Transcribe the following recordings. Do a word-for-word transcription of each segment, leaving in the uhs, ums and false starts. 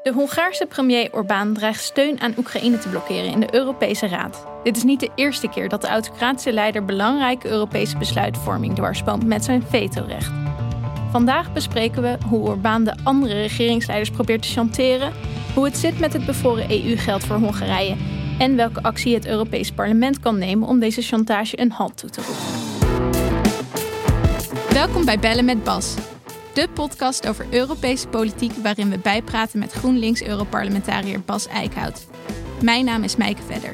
De Hongaarse premier Orbán dreigt steun aan Oekraïne te blokkeren in de Europese Raad. Dit is niet de eerste keer dat de autocratische leider belangrijke Europese besluitvorming dwarsboomt met zijn vetorecht. Vandaag bespreken we hoe Orbán de andere regeringsleiders probeert te chanteren, hoe het zit met het bevroren E U-geld voor Hongarije en welke actie het Europees Parlement kan nemen om deze chantage een halt toe te roepen. Welkom bij Bellen met Bas, de podcast over Europese politiek waarin we bijpraten met GroenLinks-Europarlementariër Bas Eickhout. Mijn naam is Mijke Vedder.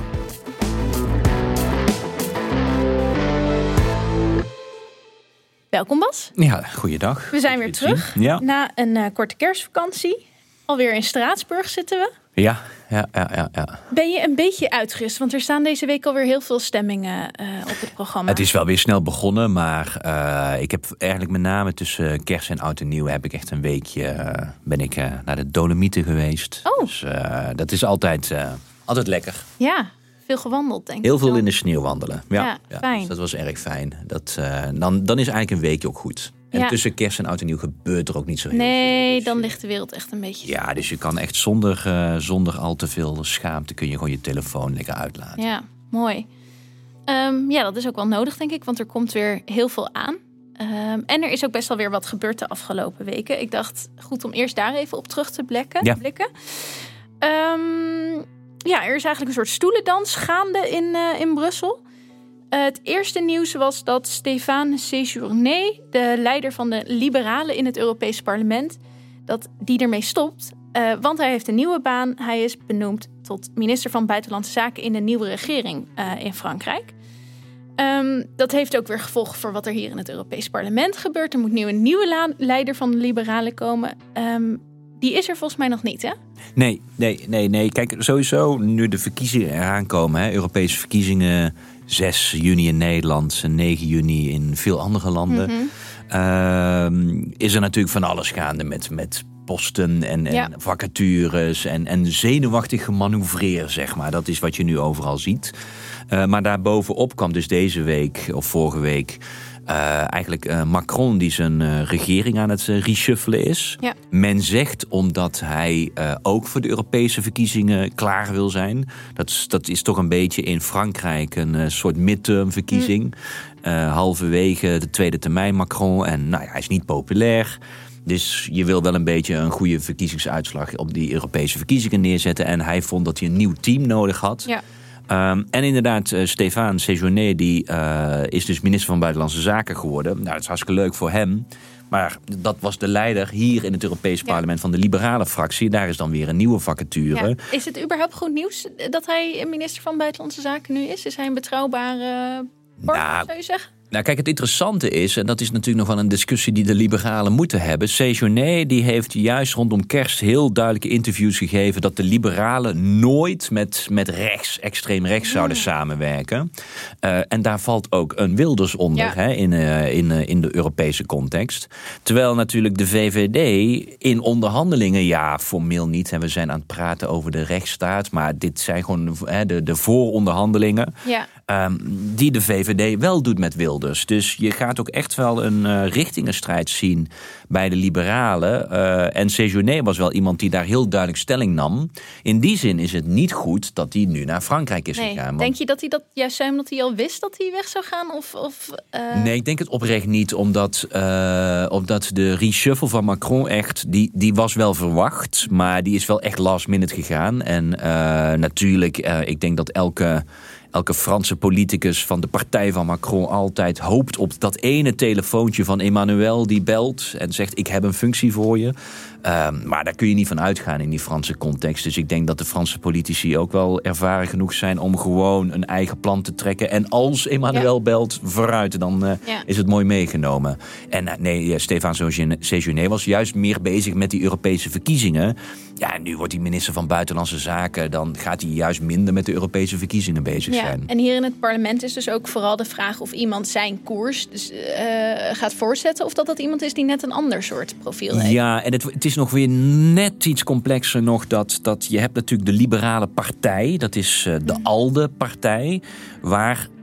Welkom Bas. Ja, goeiedag. We zijn weer terug ja. na een uh, korte kerstvakantie. Alweer in Straatsburg zitten we. Ja, ja, ja, ja, ja. Ben je een beetje uitgerust? Want er staan deze week alweer heel veel stemmingen uh, op het programma. Het is wel weer snel begonnen, maar uh, ik heb eigenlijk met name tussen kerst en oud en nieuw heb ik echt een weekje uh, ben ik uh, naar de Dolomieten geweest. Oh. Dus uh, dat is altijd, uh, altijd lekker. Ja, veel gewandeld denk ik. Heel veel in de sneeuw wandelen. Ja, ja, ja fijn. Dus dat was erg fijn. Dat, uh, dan, dan is eigenlijk een weekje ook goed. En ja. tussen kerst en oud en nieuw gebeurt er ook niet zo heel nee, veel. Nee, dus dan je, ligt de wereld echt een beetje... Ja, dus je kan echt zonder, uh, zonder al te veel schaamte kun je gewoon je telefoon lekker uitlaten. Ja, mooi. Um, ja, dat is ook wel nodig denk ik, want er komt weer heel veel aan. Um, en er is ook best wel weer wat gebeurd de afgelopen weken. Ik dacht, goed om eerst daar even op terug te blikken. Ja. blikken. Um, ja, er is eigenlijk een soort stoelendans gaande in, uh, in Brussel. Uh, het eerste nieuws was dat Stéphane Séjourné, de leider van de Liberalen in het Europese parlement, dat die ermee stopt. Uh, want hij heeft een nieuwe baan. Hij is benoemd tot minister van Buitenlandse Zaken in de nieuwe regering uh, in Frankrijk. Um, dat heeft ook weer gevolgen voor wat er hier in het Europese parlement gebeurt. Er moet nu een nieuwe la- leider van de Liberalen komen. Um, die is er volgens mij nog niet, hè? Nee, nee, nee, nee. Kijk, sowieso nu de verkiezingen eraan komen, hè, Europese verkiezingen, zes juni in Nederland, negen juni in veel andere landen, mm-hmm. uh, is er natuurlijk van alles gaande met, met posten en, en ja. vacatures en, en zenuwachtig gemanoeuvreer, zeg maar. Dat is wat je nu overal ziet. Uh, maar daarbovenop kwam dus deze week, of vorige week, Uh, eigenlijk uh, Macron die zijn uh, regering aan het uh, reshuffelen is. Ja. Men zegt omdat hij uh, ook voor de Europese verkiezingen klaar wil zijn. Dat is, dat is toch een beetje in Frankrijk een uh, soort midterm verkiezing. Mm. Uh, halverwege de tweede termijn Macron. En nou ja, hij is niet populair. Dus je wil wel een beetje een goede verkiezingsuitslag op die Europese verkiezingen neerzetten. En hij vond dat hij een nieuw team nodig had. Ja. Um, en inderdaad, uh, Stéphane Séjourné die uh, is dus minister van Buitenlandse Zaken geworden. Nou, dat is hartstikke leuk voor hem. Maar dat was de leider hier in het Europese ja. parlement van de liberale fractie. Daar is dan weer een nieuwe vacature. Ja. Is het überhaupt goed nieuws dat hij minister van Buitenlandse Zaken nu is? Is hij een betrouwbare partner, nou, zou je zeggen? Nou kijk, het interessante is, en dat is natuurlijk nog wel een discussie die de liberalen moeten hebben. Séjourné die heeft juist rondom kerst heel duidelijke interviews gegeven dat de liberalen nooit met, met rechts, extreem rechts mm. zouden samenwerken. Uh, en daar valt ook een Wilders onder ja. hè, in, uh, in, uh, in de Europese context. Terwijl natuurlijk de V V D in onderhandelingen, ja, formeel niet. En we zijn aan het praten over de rechtsstaat, maar dit zijn gewoon hè, de, de vooronderhandelingen. Ja. Um, die de V V D wel doet met Wilders. Dus je gaat ook echt wel een uh, richtingenstrijd zien bij de liberalen. Uh, en Séjourné was wel iemand die daar heel duidelijk stelling nam. In die zin is het niet goed dat hij nu naar Frankrijk is nee. gegaan. Want... Denk je dat hij dat juist zei omdat hij al wist dat hij weg zou gaan? Of, of, uh... Nee, ik denk het oprecht niet. Omdat, uh, omdat de reshuffle van Macron echt, die, die was wel verwacht. Maar die is wel echt last minute gegaan. En uh, natuurlijk, uh, ik denk dat elke... Elke Franse politicus van de partij van Macron altijd hoopt op dat ene telefoontje van Emmanuel die belt en zegt ik heb een functie voor je. Um, maar daar kun je niet van uitgaan in die Franse context. Dus ik denk dat de Franse politici ook wel ervaren genoeg zijn om gewoon een eigen plan te trekken. En als Emmanuel ja. belt, vooruit, dan uh, ja. is het mooi meegenomen. En uh, nee, Stéphane Séjourné was juist meer bezig met die Europese verkiezingen. Ja, en nu wordt hij minister van Buitenlandse Zaken. Dan gaat hij juist minder met de Europese verkiezingen bezig ja. zijn. En hier in het parlement is dus ook vooral de vraag of iemand zijn koers dus, uh, gaat voortzetten. Of dat dat iemand is die net een ander soort profiel heeft. Ja, en het, het is nog weer net iets complexer nog. Dat, dat je hebt natuurlijk de liberale partij. Dat is uh, de ALDE-partij. Waar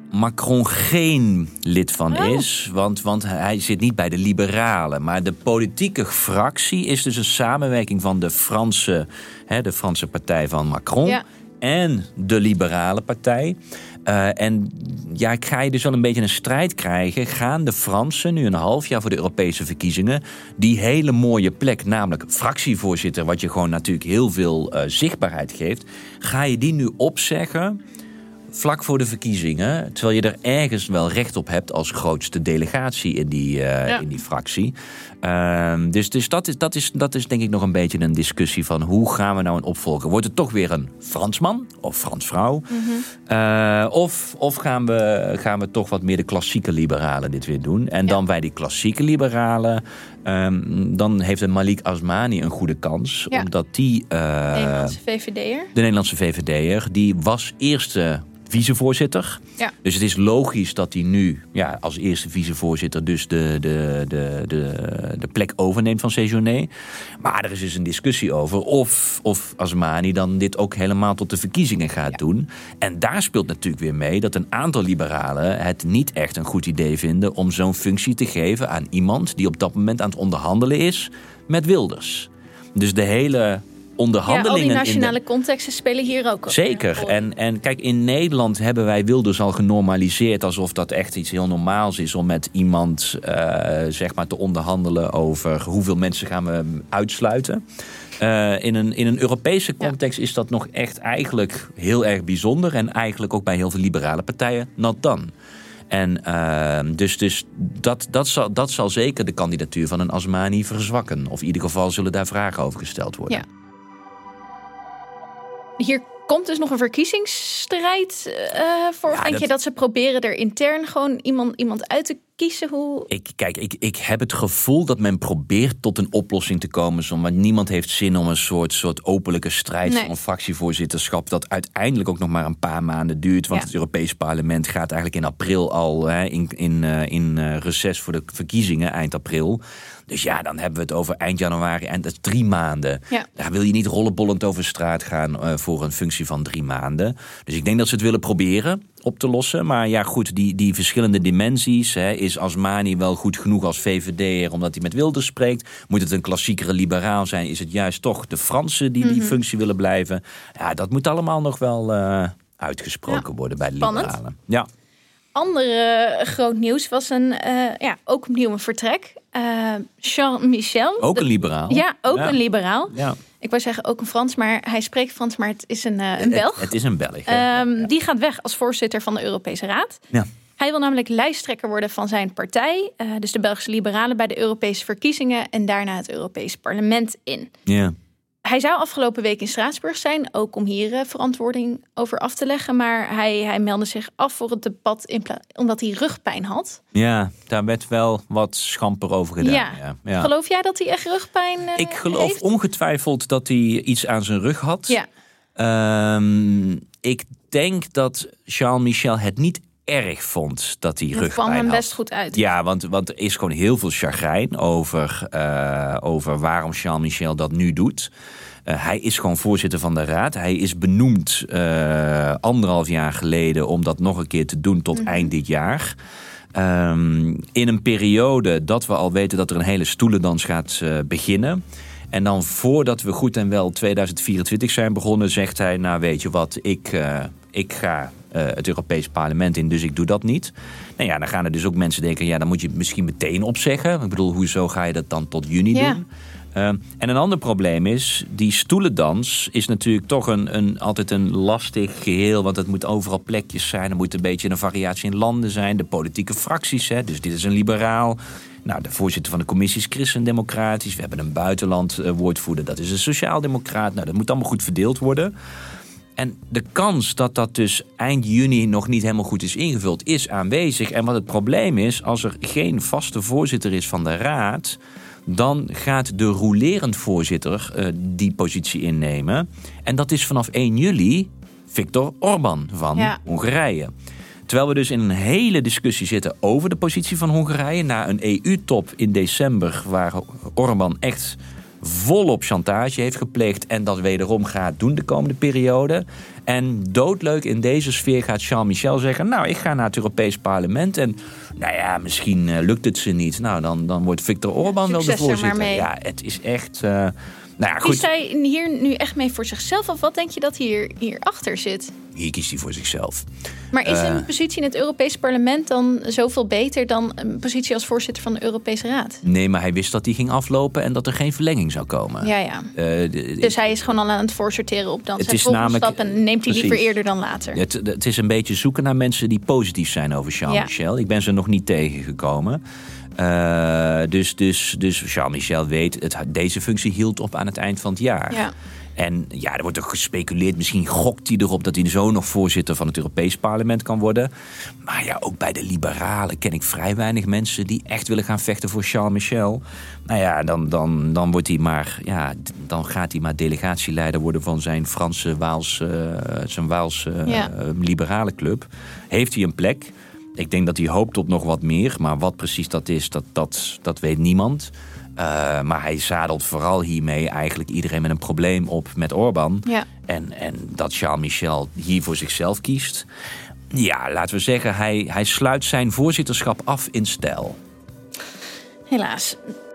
Macron geen lid van Oh. is. Want, want hij zit niet bij de liberalen. Maar de politieke fractie is dus een samenwerking van de Franse, hè, de Franse partij van Macron. Ja. En de liberale partij. Uh, en ja, ik ga je dus wel een beetje een strijd krijgen. Gaan de Fransen nu een half jaar voor de Europese verkiezingen die hele mooie plek, namelijk fractievoorzitter, wat je gewoon natuurlijk heel veel uh, zichtbaarheid geeft, ga je die nu opzeggen vlak voor de verkiezingen, terwijl je er ergens wel recht op hebt als grootste delegatie in die, uh, ja. in die fractie. Uh, dus dus dat, is, dat, is, dat is denk ik nog een beetje een discussie van hoe gaan we nou een opvolger? Wordt het toch weer een Fransman of Fransvrouw? Mm-hmm. Uh, of of gaan, we, gaan we toch wat meer de klassieke liberalen dit weer doen? En ja. dan bij die klassieke liberalen, um, dan heeft een Malik Asmani een goede kans. Ja. Omdat die... Uh, de Nederlandse V V D'er. De Nederlandse V V D'er, die was eerste vicevoorzitter. Ja. Dus het is logisch dat hij nu ja, als eerste vicevoorzitter dus de, de, de, de, de plek overneemt van Séjourné. Maar er is dus een discussie over of, of Asmani dan dit ook helemaal tot de verkiezingen gaat ja. doen. En daar speelt natuurlijk weer mee dat een aantal liberalen het niet echt een goed idee vinden om zo'n functie te geven aan iemand die op dat moment aan het onderhandelen is met Wilders. Dus de hele onderhandelingen. Ja, al die nationale de... contexten spelen hier ook op. Zeker. En, en kijk, in Nederland hebben wij Wilders al genormaliseerd alsof dat echt iets heel normaals is om met iemand uh, zeg maar te onderhandelen over hoeveel mensen gaan we uitsluiten. Uh, in, een, in een Europese context ja. is dat nog echt eigenlijk heel erg bijzonder en eigenlijk ook bij heel veel liberale partijen not done. En uh, dus, dus dat, dat, zal, dat zal zeker de kandidatuur van een Asmani verzwakken. Of in ieder geval zullen daar vragen over gesteld worden. Ja. Hier komt dus nog een verkiezingsstrijd uh, voor. Ja, denk dat... je dat ze proberen er intern gewoon iemand, iemand uit te kiezen? Hoe... Ik, kijk, ik, ik heb het gevoel dat men probeert tot een oplossing te komen. Maar niemand heeft zin om een soort, soort openlijke strijd nee. van een fractievoorzitterschap dat uiteindelijk ook nog maar een paar maanden duurt. Want ja. het Europees Parlement gaat eigenlijk in april al hè, in, in, uh, in uh, reces voor de verkiezingen, eind april. Dus ja, dan hebben we het over eind januari en dat is drie maanden. Ja. Daar wil je niet rollenbollend over straat gaan uh, voor een functie van drie maanden. Dus ik denk dat ze het willen proberen op te lossen. Maar ja, goed, die, die verschillende dimensies. Hè, is Asmani wel goed genoeg als V V D'er omdat hij met Wilders spreekt? Moet het een klassiekere liberaal zijn? Is het juist toch de Fransen die mm-hmm. die functie willen blijven? Ja, dat moet allemaal nog wel uh, uitgesproken ja. worden bij de Spannend. liberalen. Ja. Andere groot nieuws was een, uh, ja, ook opnieuw een vertrek. Uh, Charles Michel. Ook een liberaal. Ja, ook ja. een liberaal. Ja. Ik wou zeggen ook een Frans, maar hij spreekt Frans, maar het is een, uh, een Belg. Het, het is een Belg. Um, ja, ja. Die gaat weg als voorzitter van de Europese Raad. Ja. Hij wil namelijk lijsttrekker worden van zijn partij, uh, dus de Belgische Liberalen, bij de Europese verkiezingen en daarna het Europese parlement in. Ja. Hij zou afgelopen week in Straatsburg zijn, ook om hier uh, verantwoording over af te leggen. Maar hij, hij meldde zich af voor het debat in pla- omdat hij rugpijn had. Ja, daar werd wel wat schamper over gedaan. Ja. Ja. Ja. Geloof jij dat hij echt rugpijn uh, Ik geloof heeft? ongetwijfeld dat hij iets aan zijn rug had. Ja. Um, ik denk dat Charles Michel het niet erg vond dat hij dat rugpijn had. kwam hem best goed uit. Ja, want, want er is gewoon heel veel chagrijn over, uh, over waarom Charles Michel dat nu doet. Uh, hij is gewoon voorzitter van de raad. Hij is benoemd uh, anderhalf jaar geleden om dat nog een keer te doen tot mm-hmm. eind dit jaar. Um, in een periode dat we al weten dat er een hele stoelendans gaat uh, beginnen. En dan voordat we goed en wel tweeduizend vierentwintig zijn begonnen, zegt hij, nou weet je wat, ik, uh, ik ga uh, het Europees Parlement in, dus ik doe dat niet. Nou ja, dan gaan er dus ook mensen denken, ja, dan moet je het misschien meteen opzeggen. Ik bedoel, hoezo ga je dat dan tot juni ja. doen? Uh, en een ander probleem is, die stoelendans is natuurlijk toch een, een, altijd een lastig geheel. Want het moet overal plekjes zijn. Er moet een beetje een variatie in landen zijn. De politieke fracties, hè, dus dit is een liberaal. Nou, de voorzitter van de commissie is christendemocratisch. We hebben een buitenland uh, woordvoerder, dat is een sociaaldemocraat. Nou, dat moet allemaal goed verdeeld worden. En de kans dat dat dus eind juni nog niet helemaal goed is ingevuld, is aanwezig. En wat het probleem is, als er geen vaste voorzitter is van de raad, dan gaat de rolerend voorzitter uh, die positie innemen. En dat is vanaf één juli Viktor Orbán van ja. Hongarije. Terwijl we dus in een hele discussie zitten over de positie van Hongarije, na een E U-top in december waar Orbán echt volop chantage heeft gepleegd en dat wederom gaat doen de komende periode. En doodleuk in deze sfeer gaat Charles Michel zeggen, nou, ik ga naar het Europees Parlement en nou ja, misschien uh, lukt het ze niet. Nou, dan, dan wordt Viktor Orbán wel de voorzitter. Ja, het is echt... Uh, nou ja, goed. Kiest hij hier nu echt mee voor zichzelf? Of wat denk je dat hier, hier achter zit? Hier kiest hij voor zichzelf. Maar is Uh, een positie in het Europese parlement dan zoveel beter dan een positie als voorzitter van de Europese Raad? Nee, maar hij wist dat die ging aflopen en dat er geen verlenging zou komen. Ja, ja. Uh, de, dus hij is gewoon al aan het voorsorteren op dan het zijn is volgende namelijk, stap en neemt hij liever precies. eerder dan later. Het, het is een beetje zoeken naar mensen die positief zijn over Charles Ja. Michel. Ik ben ze nog niet tegengekomen. Uh, dus, dus, dus Charles Michel weet, het, deze functie hield op aan het eind van het jaar. Ja. En ja, er wordt toch gespeculeerd, misschien gokt hij erop dat hij zo nog voorzitter van het Europees Parlement kan worden. Maar ja, ook bij de liberalen ken ik vrij weinig mensen die echt willen gaan vechten voor Charles Michel. Nou ja, dan, dan, dan wordt hij maar, ja, dan gaat hij maar delegatieleider worden van zijn Franse Waalse, zijn Waalse Ja. uh, liberale club. Heeft hij een plek? Ik denk dat hij hoopt op nog wat meer, maar wat precies dat is, dat, dat, dat weet niemand. Uh, maar hij zadelt vooral hiermee eigenlijk iedereen met een probleem op met Orbán. Ja. En, en dat Charles Michel hier voor zichzelf kiest. Ja, laten we zeggen, hij, hij sluit zijn voorzitterschap af in stijl. Helaas.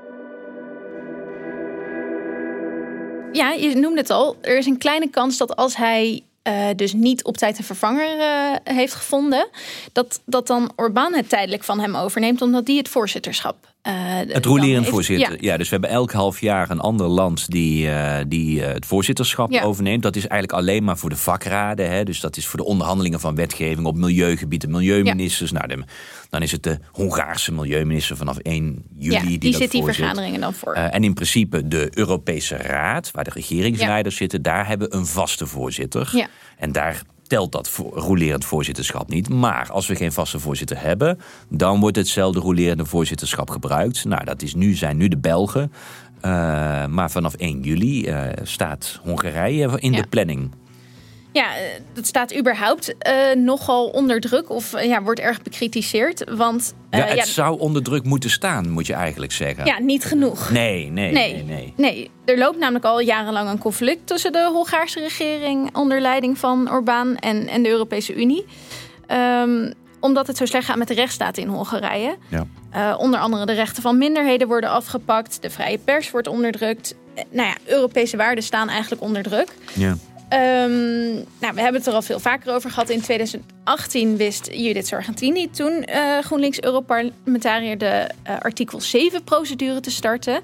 Ja, je noemde het al. Er is een kleine kans dat als hij uh, dus niet op tijd een vervanger uh, heeft gevonden, dat, dat dan Orbán het tijdelijk van hem overneemt, omdat die het voorzitterschap Uh, het rolerend voorzitter. Ja. ja, dus we hebben elk half jaar een ander land die, uh, die uh, het voorzitterschap ja. overneemt. Dat is eigenlijk alleen maar voor de vakraden. Hè? Dus dat is voor de onderhandelingen van wetgeving op milieugebied. De milieuministers. Ja. Nou, de, dan is het de Hongaarse milieuminister vanaf één juli ja, die, die dat zit die voorzit. vergaderingen dan voor. Uh, en in principe de Europese Raad, waar de regeringsleiders ja. zitten, daar hebben we een vaste voorzitter. Ja. En daar telt dat voor, rolerend voorzitterschap niet. Maar als we geen vaste voorzitter hebben, dan wordt hetzelfde rolerende voorzitterschap gebruikt. Nou, dat is nu, zijn nu de Belgen. Uh, maar vanaf één juli uh, staat Hongarije in ja. de planning. Ja, dat staat überhaupt uh, nogal onder druk of uh, ja, wordt erg bekritiseerd. Want uh, ja, het ja, zou onder druk moeten staan, moet je eigenlijk zeggen. Ja, niet genoeg. Nee, nee, nee. nee, nee. nee. Er loopt namelijk al jarenlang een conflict tussen de Hongaarse regering onder leiding van Orbán en, en de Europese Unie. Um, omdat het zo slecht gaat met de rechtsstaat in Hongarije. Ja. Uh, onder andere de rechten van minderheden worden afgepakt. De vrije pers wordt onderdrukt. Uh, nou ja, Europese waarden staan eigenlijk onder druk. Ja. Um, nou, we hebben het er al veel vaker over gehad. In tweeduizend achttien wist Judith Sargentini, toen uh, GroenLinks-Europarlementariër, de uh, artikel zeven procedure te starten.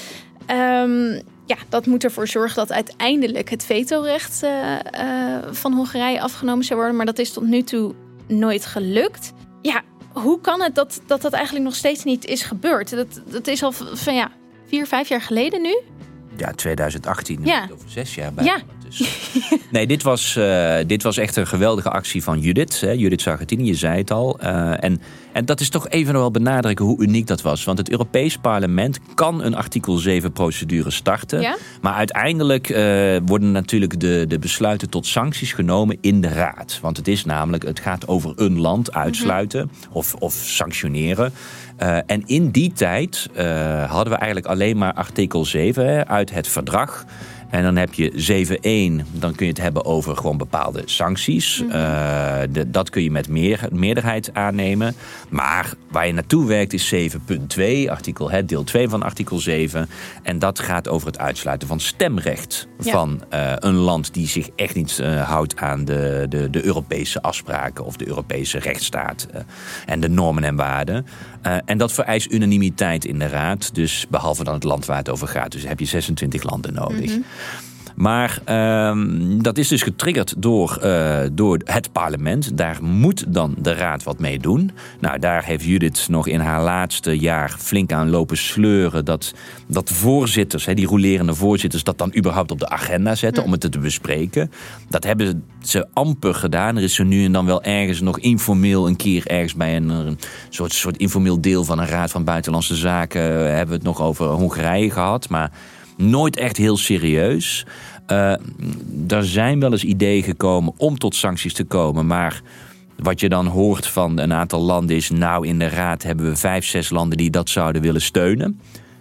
Um, ja, dat moet ervoor zorgen dat uiteindelijk het vetorecht uh, uh, van Hongarije afgenomen zou worden. Maar dat is tot nu toe nooit gelukt. Ja, hoe kan het dat dat, dat eigenlijk nog steeds niet is gebeurd? Dat, dat is al van ja, vier, vijf jaar geleden nu. Ja, tweeduizend achttien, ja. over zes jaar bijna. Ja. Dus. Nee, dit was, uh, dit was echt een geweldige actie van Judith. Hè? Judith Sargentini, je zei het al. Uh, en, en dat is toch even nog wel benadrukken hoe uniek dat was. Want het Europees Parlement kan een artikel zeven procedure starten. Ja? Maar uiteindelijk uh, worden natuurlijk de, de besluiten tot sancties genomen in de Raad. Want het is namelijk, het gaat over een land uitsluiten mm-hmm. of, of sanctioneren. Uh, en in die tijd uh, hadden we eigenlijk alleen maar artikel zeven hè, uit het verdrag. En dan heb je zeven één, dan kun je het hebben over gewoon bepaalde sancties. Mm-hmm. Uh, de, dat kun je met meer, meerderheid aannemen. Maar waar je naartoe werkt is zeven punt twee, artikel, hè, deel twee van artikel zeven. En dat gaat over het uitsluiten van stemrecht ja. van uh, een land die zich echt niet uh, houdt aan de, de, de Europese afspraken of de Europese rechtsstaat uh, en de normen en waarden. Uh, en dat vereist unanimiteit in de Raad, dus behalve dan het land waar het over gaat. Dus heb je zesentwintig landen nodig. Mm-hmm. Maar um, dat is dus getriggerd door, uh, door het parlement. Daar moet dan de Raad wat mee doen. Nou, daar heeft Judith nog in haar laatste jaar flink aan lopen sleuren. Dat, dat voorzitters, hè, die rolerende voorzitters, dat dan überhaupt op de agenda zetten mm. om het te bespreken. Dat hebben ze amper gedaan. Er is er nu en dan wel ergens nog informeel een keer ergens bij een, een soort, soort informeel deel van een Raad van Buitenlandse Zaken uh, hebben we het nog over Hongarije gehad. Maar nooit echt heel serieus. Uh, er zijn wel eens ideeën gekomen om tot sancties te komen. Maar wat je dan hoort van een aantal landen is, nou in de Raad hebben we vijf, zes landen die dat zouden willen steunen.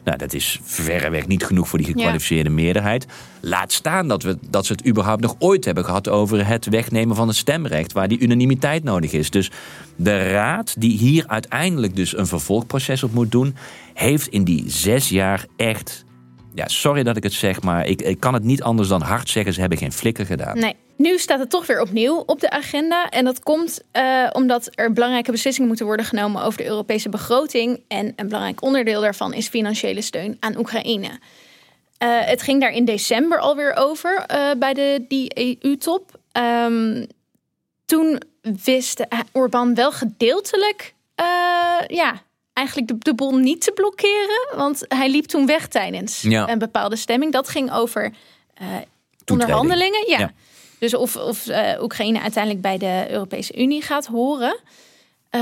Nou, dat is verreweg niet genoeg voor die gekwalificeerde ja. meerderheid. Laat staan dat, we, dat ze het überhaupt nog ooit hebben gehad over het wegnemen van het stemrecht, waar die unanimiteit nodig is. Dus de raad, die hier uiteindelijk dus een vervolgproces op moet doen, heeft in die zes jaar echt, ja, sorry dat ik het zeg, maar ik, ik kan het niet anders dan hard zeggen, ze hebben geen flikker gedaan. Nee. Nu staat het toch weer opnieuw op de agenda. En dat komt uh, omdat er belangrijke beslissingen moeten worden genomen over de Europese begroting. En een belangrijk onderdeel daarvan is financiële steun aan Oekraïne. Uh, het ging daar in december alweer over uh, bij de, die E U-top. Um, toen wist Orbán wel gedeeltelijk uh, ja, eigenlijk de, de boel niet te blokkeren. Want hij liep toen weg tijdens ja. een bepaalde stemming. Dat ging over uh, onderhandelingen. Ja. ja. Dus of, of uh, Oekraïne uiteindelijk bij de Europese Unie gaat horen. Uh,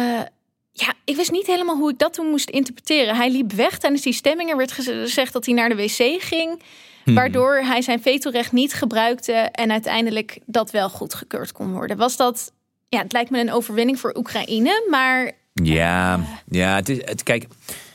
ja, ik wist niet helemaal hoe ik dat toen moest interpreteren. Hij liep weg tijdens die stemming. Er werd gezegd dat hij naar de wc ging. Hmm. Waardoor hij zijn vetorecht niet gebruikte. En uiteindelijk dat wel goedgekeurd kon worden. Was dat... Ja, het lijkt me een overwinning voor Oekraïne, maar... Ja, uh, ja het is, het, kijk...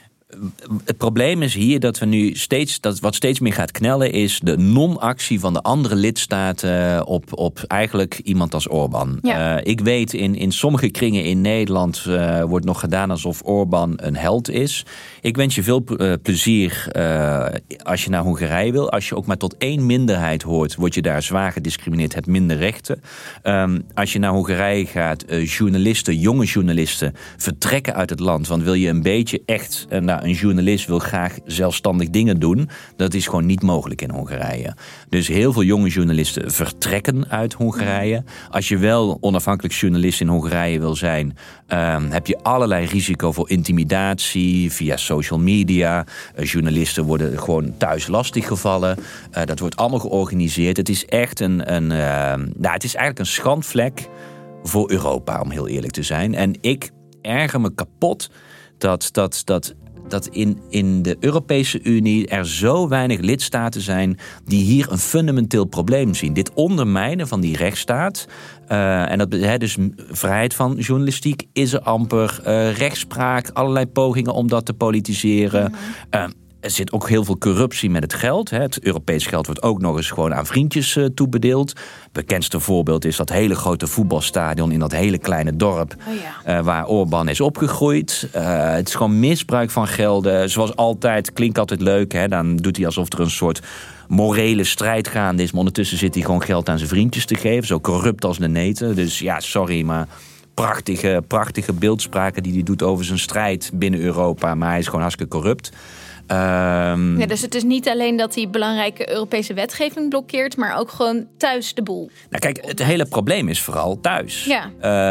Het probleem is hier dat we nu steeds, dat wat steeds meer gaat knellen, is de non-actie van de andere lidstaten op, op eigenlijk iemand als Orbán. Ja. Uh, ik weet, in, in sommige kringen in Nederland uh, wordt nog gedaan alsof Orbán een held is. Ik wens je veel uh, plezier uh, als je naar Hongarije wil. Als je ook maar tot één minderheid hoort, word je daar zwaar gediscrimineerd, hebt minder rechten. Um, als je naar Hongarije gaat, uh, journalisten, jonge journalisten, vertrekken uit het land. Want wil je een beetje echt... Uh, nou, een journalist wil graag zelfstandig dingen doen. Dat is gewoon niet mogelijk in Hongarije. Dus heel veel jonge journalisten vertrekken uit Hongarije. Als je wel onafhankelijk journalist in Hongarije wil zijn, um, heb je allerlei risico voor intimidatie via social media. Uh, journalisten worden gewoon thuis lastiggevallen. Uh, dat wordt allemaal georganiseerd. Het is echt een, een uh, nou, het is eigenlijk een schandvlek voor Europa, om heel eerlijk te zijn. En ik erger me kapot dat dat dat dat in, in de Europese Unie er zo weinig lidstaten zijn die hier een fundamenteel probleem zien. Dit ondermijnen van die rechtsstaat, uh, en dat he, dus vrijheid van journalistiek is er amper, uh, rechtspraak, allerlei pogingen om dat te politiseren. Uh, Er zit ook heel veel corruptie met het geld. Het Europees geld wordt ook nog eens gewoon aan vriendjes toebedeeld. Bekendste voorbeeld is dat hele grote voetbalstadion in dat hele kleine dorp, oh ja. uh, waar Orbán is opgegroeid. Uh, het is gewoon misbruik van gelden. Zoals altijd, klinkt altijd leuk. Hè? Dan doet hij alsof er een soort morele strijd gaande is. Maar ondertussen zit hij gewoon geld aan zijn vriendjes te geven. Zo corrupt als de neten. Dus ja, sorry, maar... Prachtige, prachtige beeldspraken die hij doet over zijn strijd binnen Europa. Maar hij is gewoon hartstikke corrupt. Um... Ja, dus het is niet alleen dat hij belangrijke Europese wetgeving blokkeert, maar ook gewoon thuis de boel. Nou kijk, het hele probleem is vooral thuis. Ja.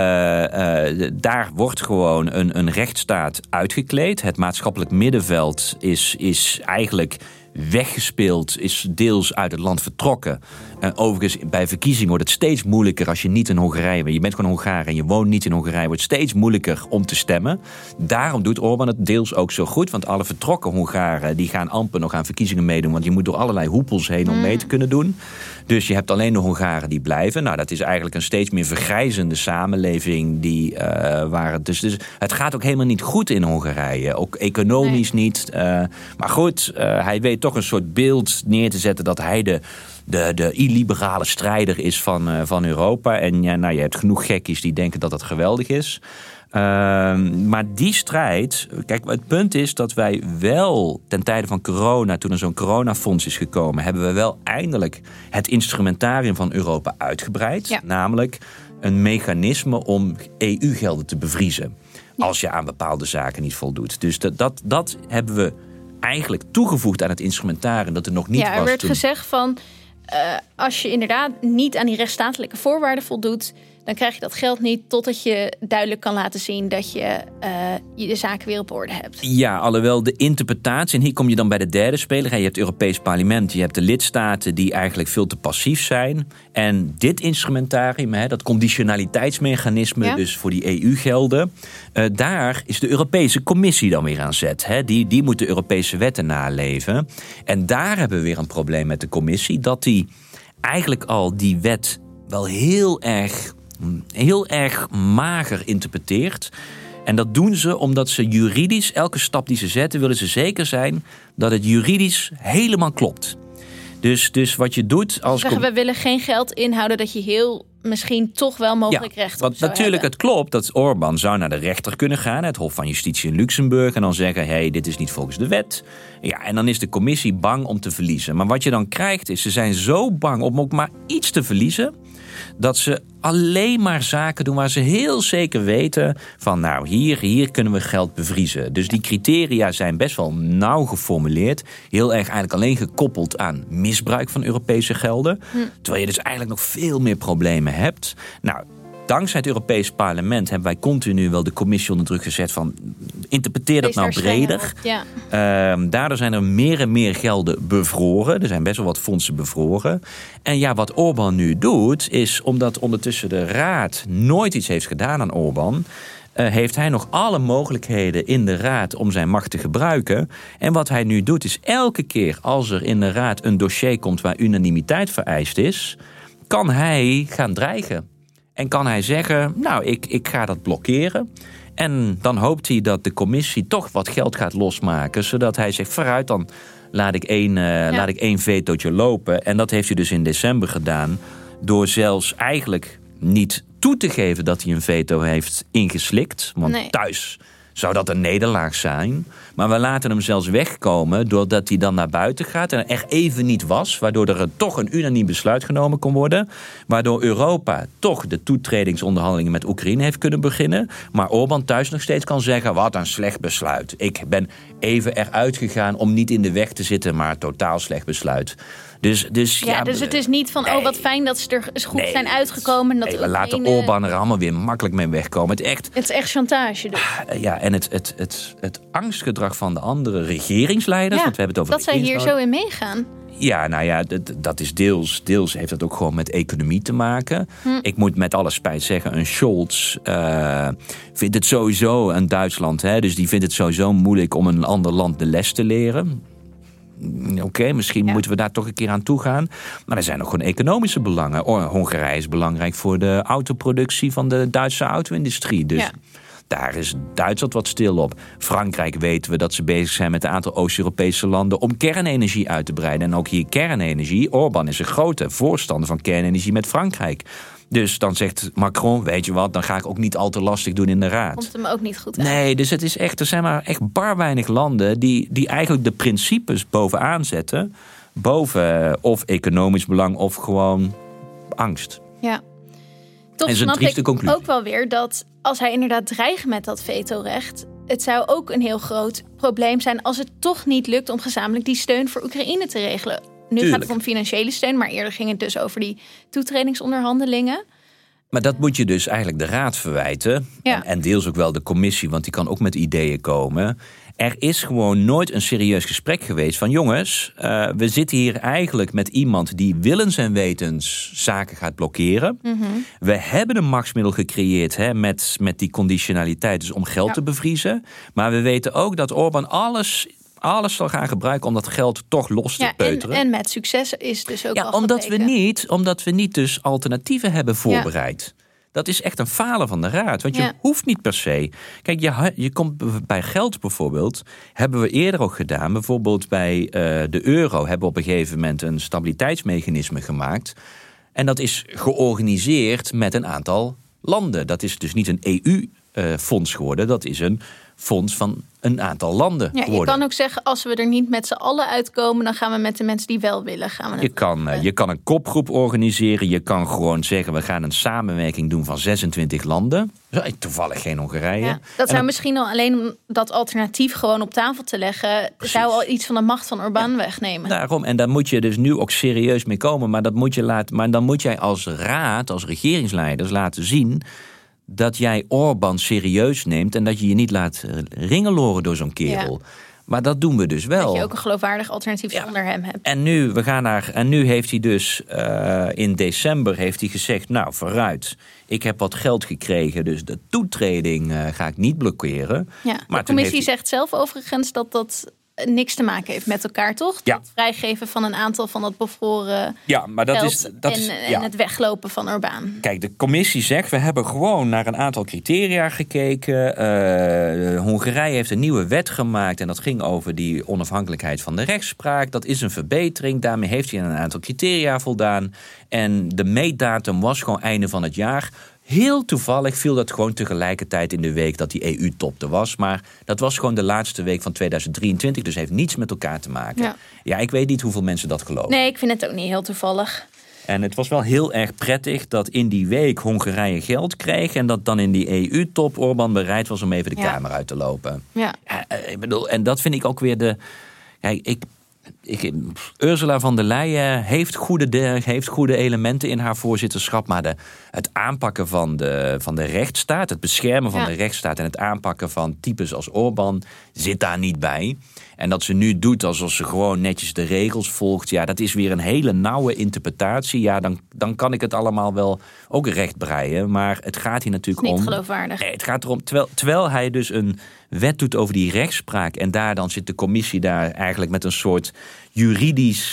Uh, uh, daar wordt gewoon een, een rechtsstaat uitgekleed. Het maatschappelijk middenveld is, is eigenlijk weggespeeld, is deels uit het land vertrokken. Uh, overigens, bij verkiezingen wordt het steeds moeilijker als je niet in Hongarije bent. Je bent gewoon Hongaar en je woont niet in Hongarije. Wordt het steeds moeilijker om te stemmen. Daarom doet Orbán het deels ook zo goed. Want alle vertrokken Hongaren die gaan amper nog aan verkiezingen meedoen. Want je moet door allerlei hoepels heen om mee te kunnen doen. Dus je hebt alleen de Hongaren die blijven. Nou, dat is eigenlijk een steeds meer vergrijzende samenleving. Die, uh, waar het, dus, dus het gaat ook helemaal niet goed in Hongarije. Ook economisch nee. niet. Uh, maar goed, uh, hij weet toch een soort beeld neer te zetten dat hij de... De, de illiberale strijder is van, uh, van Europa. En ja, nou, je hebt genoeg gekkies die denken dat dat geweldig is. Uh, maar die strijd... Kijk, het punt is dat wij wel ten tijde van corona, toen er zo'n coronafonds is gekomen, hebben we wel eindelijk het instrumentarium van Europa uitgebreid. Ja. Namelijk een mechanisme om E U-gelden te bevriezen. Ja. Als je aan bepaalde zaken niet voldoet. Dus dat, dat, dat hebben we eigenlijk toegevoegd aan het instrumentarium dat er nog niet was. Ja, er werd toen... gezegd van... Uh, als je inderdaad niet aan die rechtsstatelijke voorwaarden voldoet, dan krijg je dat geld niet totdat je duidelijk kan laten zien dat je uh, je de zaken weer op orde hebt. Ja, alhoewel de interpretatie, en hier kom je dan bij de derde speler. Je hebt het Europees Parlement, je hebt de lidstaten die eigenlijk veel te passief zijn. En dit instrumentarium, dat conditionaliteitsmechanisme, ja. dus voor die E U-gelden, uh, daar is de Europese Commissie dan weer aan zet. Hè? Die, die moet de Europese wetten naleven. En daar hebben we weer een probleem met de Commissie, dat die eigenlijk al die wet wel heel erg... heel erg mager interpreteert. En dat doen ze omdat ze juridisch, elke stap die ze zetten, willen ze zeker zijn dat het juridisch helemaal klopt. Dus, dus wat je doet als... Zeggen, we willen geen geld inhouden dat je heel misschien toch wel mogelijk ja, recht op want zou natuurlijk hebben. Het klopt dat Orbán zou naar de rechter kunnen gaan, het Hof van Justitie in Luxemburg, en dan zeggen, hé, hey, dit is niet volgens de wet. Ja, en dan is de commissie bang om te verliezen. Maar wat je dan krijgt is, ze zijn zo bang om ook maar iets te verliezen, dat ze alleen maar zaken doen waar ze heel zeker weten van, nou, hier, hier kunnen we geld bevriezen. Dus die criteria zijn best wel nauw geformuleerd. Heel erg eigenlijk alleen gekoppeld aan misbruik van Europese gelden. Hm. Terwijl je dus eigenlijk nog veel meer problemen hebt. Nou, dankzij het Europees Parlement hebben wij continu wel de commissie onder druk gezet van, interpreteer dat nou breder. Ja. Uh, daardoor zijn er meer en meer gelden bevroren. Er zijn best wel wat fondsen bevroren. En ja, wat Orbán nu doet, is omdat ondertussen de Raad nooit iets heeft gedaan aan Orbán, Uh, heeft hij nog alle mogelijkheden in de Raad om zijn macht te gebruiken. En wat hij nu doet is elke keer als er in de Raad een dossier komt waar unanimiteit vereist is, kan hij gaan dreigen. En kan hij zeggen, nou, ik, ik ga dat blokkeren. En dan hoopt hij dat de commissie toch wat geld gaat losmaken, zodat hij zegt, vooruit, dan laat ik één, uh, ja. laat ik één vetootje lopen. En dat heeft hij dus in december gedaan, door zelfs eigenlijk niet toe te geven dat hij een veto heeft ingeslikt. Want nee. thuis zou dat een nederlaag zijn. Maar we laten hem zelfs wegkomen doordat hij dan naar buiten gaat en er even niet was, waardoor er toch een unaniem besluit genomen kon worden. Waardoor Europa toch de toetredingsonderhandelingen met Oekraïne heeft kunnen beginnen. Maar Orbán thuis nog steeds kan zeggen, wat een slecht besluit. Ik ben even eruit gegaan om niet in de weg te zitten, maar totaal slecht besluit. Dus, dus, ja, ja, dus het is niet van, nee, oh wat fijn dat ze er goed nee, zijn uitgekomen. Dat nee, we laten Orbán er allemaal weer makkelijk mee wegkomen. Het, echt, het is echt chantage dus. Ja, en het, het, het, het angstgedrag van de andere regeringsleiders. Ja, want we hebben het over dat zij hier zo in meegaan. Ja, nou ja, dat, dat is deels. Deels heeft dat ook gewoon met economie te maken. Hm. Ik moet met alle spijt zeggen, een Scholz uh, vindt het sowieso, een Duitsland, hè, dus die vindt het sowieso moeilijk om een ander land de les te leren. Oké, okay, misschien ja. moeten we daar toch een keer aan toe gaan. Maar er zijn ook gewoon economische belangen. Hongarije is belangrijk voor de autoproductie van de Duitse auto-industrie. Dus ja. daar is Duitsland wat stil op. Frankrijk weten we dat ze bezig zijn met een aantal Oost-Europese landen om kernenergie uit te breiden. En ook hier kernenergie. Orbán is een grote voorstander van kernenergie met Frankrijk. Dus dan zegt Macron, weet je wat, dan ga ik ook niet al te lastig doen in de Raad. Komt hem ook niet goed uit. Nee, dus het is echt, er zijn maar echt bar weinig landen die, die eigenlijk de principes bovenaan zetten. Boven of economisch belang of gewoon angst. Ja. Toch snap ik conclusie. Ook wel weer dat als hij inderdaad dreigt met dat vetorecht, het zou ook een heel groot probleem zijn als het toch niet lukt om gezamenlijk die steun voor Oekraïne te regelen. Nu Tuurlijk. gaat het om financiële steun, maar eerder ging het dus over die toetredingsonderhandelingen. Maar dat moet je dus eigenlijk de Raad verwijten. Ja. En, en deels ook wel de commissie, want die kan ook met ideeën komen. Er is gewoon nooit een serieus gesprek geweest van, jongens, uh, we zitten hier eigenlijk met iemand die willens en wetens zaken gaat blokkeren. Mm-hmm. We hebben een machtsmiddel gecreëerd hè, met, met die conditionaliteit, dus om geld ja. te bevriezen. Maar we weten ook dat Orbán alles... alles zal gaan gebruiken om dat geld toch los te ja, peuteren. En, en met succes is dus ook ja, al omdat gebleken. we niet, omdat we niet dus alternatieven hebben voorbereid. Ja. Dat is echt een falen van de Raad. Want je ja. hoeft niet per se. Kijk, je, je komt bij geld bijvoorbeeld. Hebben we eerder ook gedaan. Bijvoorbeeld bij uh, de euro hebben we op een gegeven moment een stabiliteitsmechanisme gemaakt. En dat is georganiseerd met een aantal landen. Dat is dus niet een E U-fonds uh, geworden. Dat is een fonds van een aantal landen ja, geworden. Je kan ook zeggen, als we er niet met z'n allen uitkomen, dan gaan we met de mensen die wel willen. Gaan we je, kan, uh, je kan een kopgroep organiseren. Je kan gewoon zeggen, we gaan een samenwerking doen van zesentwintig landen. Toevallig geen Hongarije. Ja, dat zou dan, misschien al alleen om dat alternatief gewoon op tafel te leggen, precies. zou al iets van de macht van Orbán ja, wegnemen. Daarom, en daar moet je dus nu ook serieus mee komen. Maar, dat moet je laten, maar dan moet jij als raad, als regeringsleiders laten zien dat jij Orbán serieus neemt en dat je je niet laat ringeloren door zo'n kerel. Ja. Maar dat doen we dus wel. Dat je ook een geloofwaardig alternatief ja. zonder hem hebt. En nu, we gaan naar, en nu heeft hij dus uh, in december heeft hij gezegd, nou vooruit, ik heb wat geld gekregen, dus de toetreding uh, ga ik niet blokkeren. Ja, maar de commissie hij... zegt zelf overigens dat dat niks te maken heeft met elkaar, toch? Ja. Het vrijgeven van een aantal van dat bevroren Ja, maar dat geld is... Dat en, is en ja. het weglopen van Orbán. Kijk, de commissie zegt, we hebben gewoon naar een aantal criteria gekeken. Uh, Hongarije heeft een nieuwe wet gemaakt en dat ging over die onafhankelijkheid van de rechtspraak. Dat is een verbetering, daarmee heeft hij aan een aantal criteria voldaan. En de meetdatum was gewoon einde van het jaar. Heel toevallig viel dat gewoon tegelijkertijd in de week dat die E U-top er was. Maar dat was gewoon de laatste week van tweeduizend drieëntwintig. Dus heeft niets met elkaar te maken. Ja, ja ik weet niet hoeveel mensen dat geloven. Nee, ik vind het ook niet heel toevallig. En het was wel heel erg prettig dat in die week Hongarije geld kreeg. En dat dan in die E U-top Orbán bereid was om even de ja. Kamer uit te lopen. Ja. Ja, ik bedoel, en dat vind ik ook weer de... Kijk, ik... Ik, Ursula von der Leyen heeft goede, de, heeft goede elementen in haar voorzitterschap. Maar de, het aanpakken van de, van de rechtsstaat, het beschermen van ja. de rechtsstaat en het aanpakken van types als Orbán zit daar niet bij. En dat ze nu doet alsof ze gewoon netjes de regels volgt. Ja, dat is weer een hele nauwe interpretatie. Ja, dan, dan kan ik het allemaal wel ook recht breien. Maar het gaat hier natuurlijk niet om... Niet geloofwaardig. Nee, het gaat erom, terwijl, terwijl hij dus een wet doet over die rechtspraak. En daar dan zit de commissie daar eigenlijk met een soort juridisch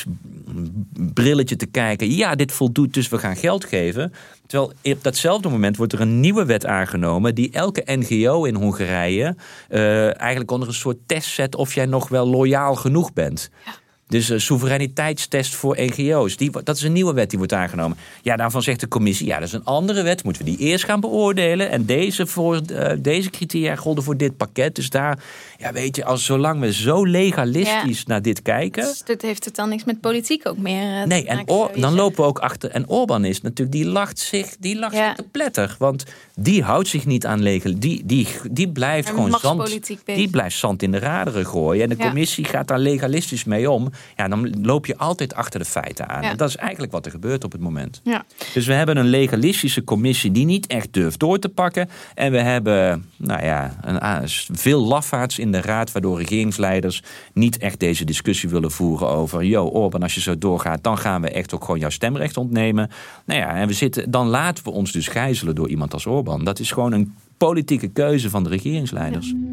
brilletje te kijken. Ja, dit voldoet, dus we gaan geld geven. Terwijl op datzelfde moment wordt er een nieuwe wet aangenomen die elke N G O in Hongarije uh, eigenlijk onder een soort test zet of jij nog wel loyaal genoeg bent. Ja. Dus een soevereiniteitstest voor N G O's. Die, dat is een nieuwe wet die wordt aangenomen. Ja, daarvan zegt de commissie, ja, dat is een andere wet. Moeten we die eerst gaan beoordelen? En deze, voor, uh, deze criteria golden voor dit pakket. Dus daar, ja, weet je, als zolang we zo legalistisch ja. naar dit kijken... Dus dit heeft het dan niks met politiek ook meer uh, Nee, en Or, dan lopen we ook achter... En Orbán is natuurlijk, die lacht zich, die lacht ja. zich te pletter. Want die houdt zich niet aan legal... Die, die, die blijft gewoon zand... Die blijft zand in de raderen gooien. En de ja. commissie gaat daar legalistisch mee om... Ja, dan loop je altijd achter de feiten aan. Ja. En dat is eigenlijk wat er gebeurt op het moment. Ja. Dus we hebben een legalistische commissie die niet echt durft door te pakken. En we hebben nou ja, een, veel lafaards in de raad... waardoor regeringsleiders niet echt deze discussie willen voeren over... yo, Orbán, als je zo doorgaat, dan gaan we echt ook gewoon jouw stemrecht ontnemen. Nou ja, en we zitten, dan laten we ons dus gijzelen door iemand als Orbán. Dat is gewoon een politieke keuze van de regeringsleiders. Ja.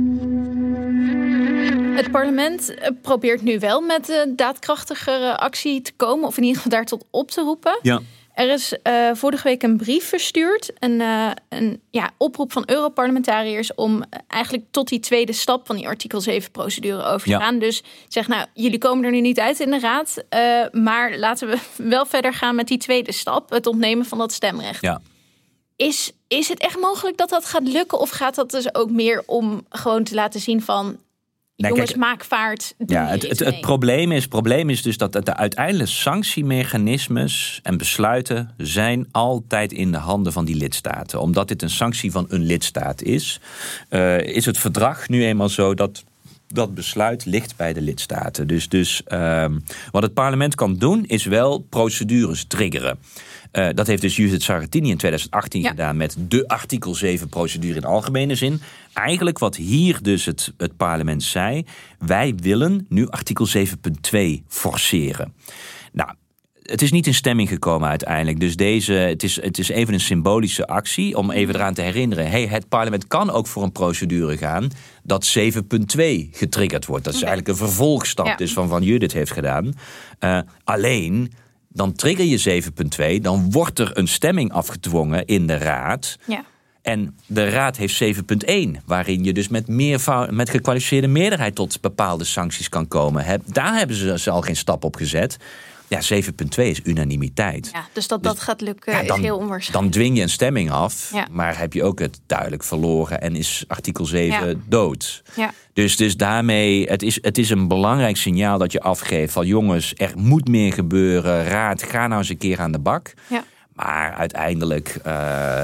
Het parlement probeert nu wel met een daadkrachtigere actie te komen... of in ieder geval daar tot op te roepen. Ja. Er is uh, vorige week een brief verstuurd. Een, uh, een ja, oproep van Europarlementariërs... om eigenlijk tot die tweede stap van die artikel zeven procedure over te ja. gaan. Dus zeg, nou, jullie komen er nu niet uit in de raad... Uh, maar laten we wel verder gaan met die tweede stap. Het ontnemen van dat stemrecht. Ja. Is, is het echt mogelijk dat dat gaat lukken? Of gaat dat dus ook meer om gewoon te laten zien van... Nee, jongens, kijk, maak vaart. Ja, het, het, het, probleem is, het probleem is dus dat de uiteindelijke sanctiemechanismes en besluiten zijn altijd in de handen van die lidstaten. Omdat dit een sanctie van een lidstaat is, uh, is het verdrag nu eenmaal zo dat dat besluit ligt bij de lidstaten. Dus, dus uh, wat het parlement kan doen is wel procedures triggeren. Uh, dat heeft dus Judith Sargentini in tweeduizend achttien ja. gedaan met de artikel zeven procedure in algemene zin. Eigenlijk wat hier dus het, het parlement zei, wij willen nu artikel zeven punt twee forceren. Nou, het is niet in stemming gekomen uiteindelijk. Dus deze, het, is, het is even een symbolische actie om even eraan te herinneren. Hey, het parlement kan ook voor een procedure gaan dat zeven punt twee getriggerd wordt. Dat is okay. eigenlijk een vervolgstap ja. dus van wat Judith heeft gedaan. Uh, alleen... Dan trigger je zeven punt twee, dan wordt er een stemming afgedwongen in de raad. Ja. En de raad heeft zeven punt één, waarin je dus met, meervou- met gekwalificeerde meerderheid tot bepaalde sancties kan komen. He, daar hebben ze, ze al geen stap op gezet. Ja, zeven punt twee is unanimiteit. Ja, dus dat dat dus, gaat lukken ja, dan, is heel onwaarschijnlijk. Dan dwing je een stemming af, ja. maar heb je ook het duidelijk verloren en is artikel zeven ja. dood. Ja. Dus, dus daarmee, het is, het is een belangrijk signaal dat je afgeeft van jongens, er moet meer gebeuren. Raad, ga nou eens een keer aan de bak. Ja. Maar uiteindelijk, uh,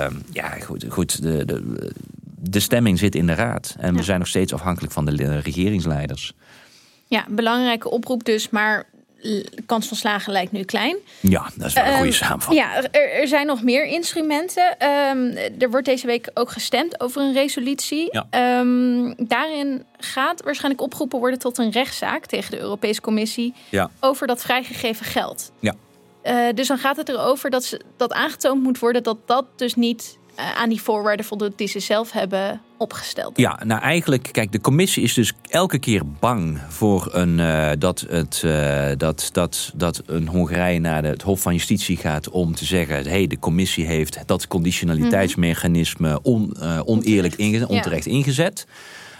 ja goed, goed de, de, de stemming zit in de raad. En ja. we zijn nog steeds afhankelijk van de regeringsleiders. Ja, belangrijke oproep dus, maar... de kans van slagen lijkt nu klein. Ja, dat is wel een goede um, samenvatting. Ja, er, er zijn nog meer instrumenten. Um, er wordt deze week ook gestemd over een resolutie. Ja. Um, daarin gaat waarschijnlijk opgeroepen worden tot een rechtszaak tegen de Europese Commissie ja. over dat vrijgegeven geld. Ja. Uh, dus dan gaat het erover dat, ze, dat aangetoond moet worden dat dat dus niet uh, aan die voorwaarden voldoet die ze zelf hebben opgesteld. Ja, nou eigenlijk, kijk, de commissie is dus elke keer bang voor een, uh, dat, het, uh, dat, dat, dat een Hongarije naar de, het Hof van Justitie gaat om te zeggen, hé, hey, de commissie heeft dat conditionaliteitsmechanisme on, uh, oneerlijk ingezet, onterecht ja. ingezet.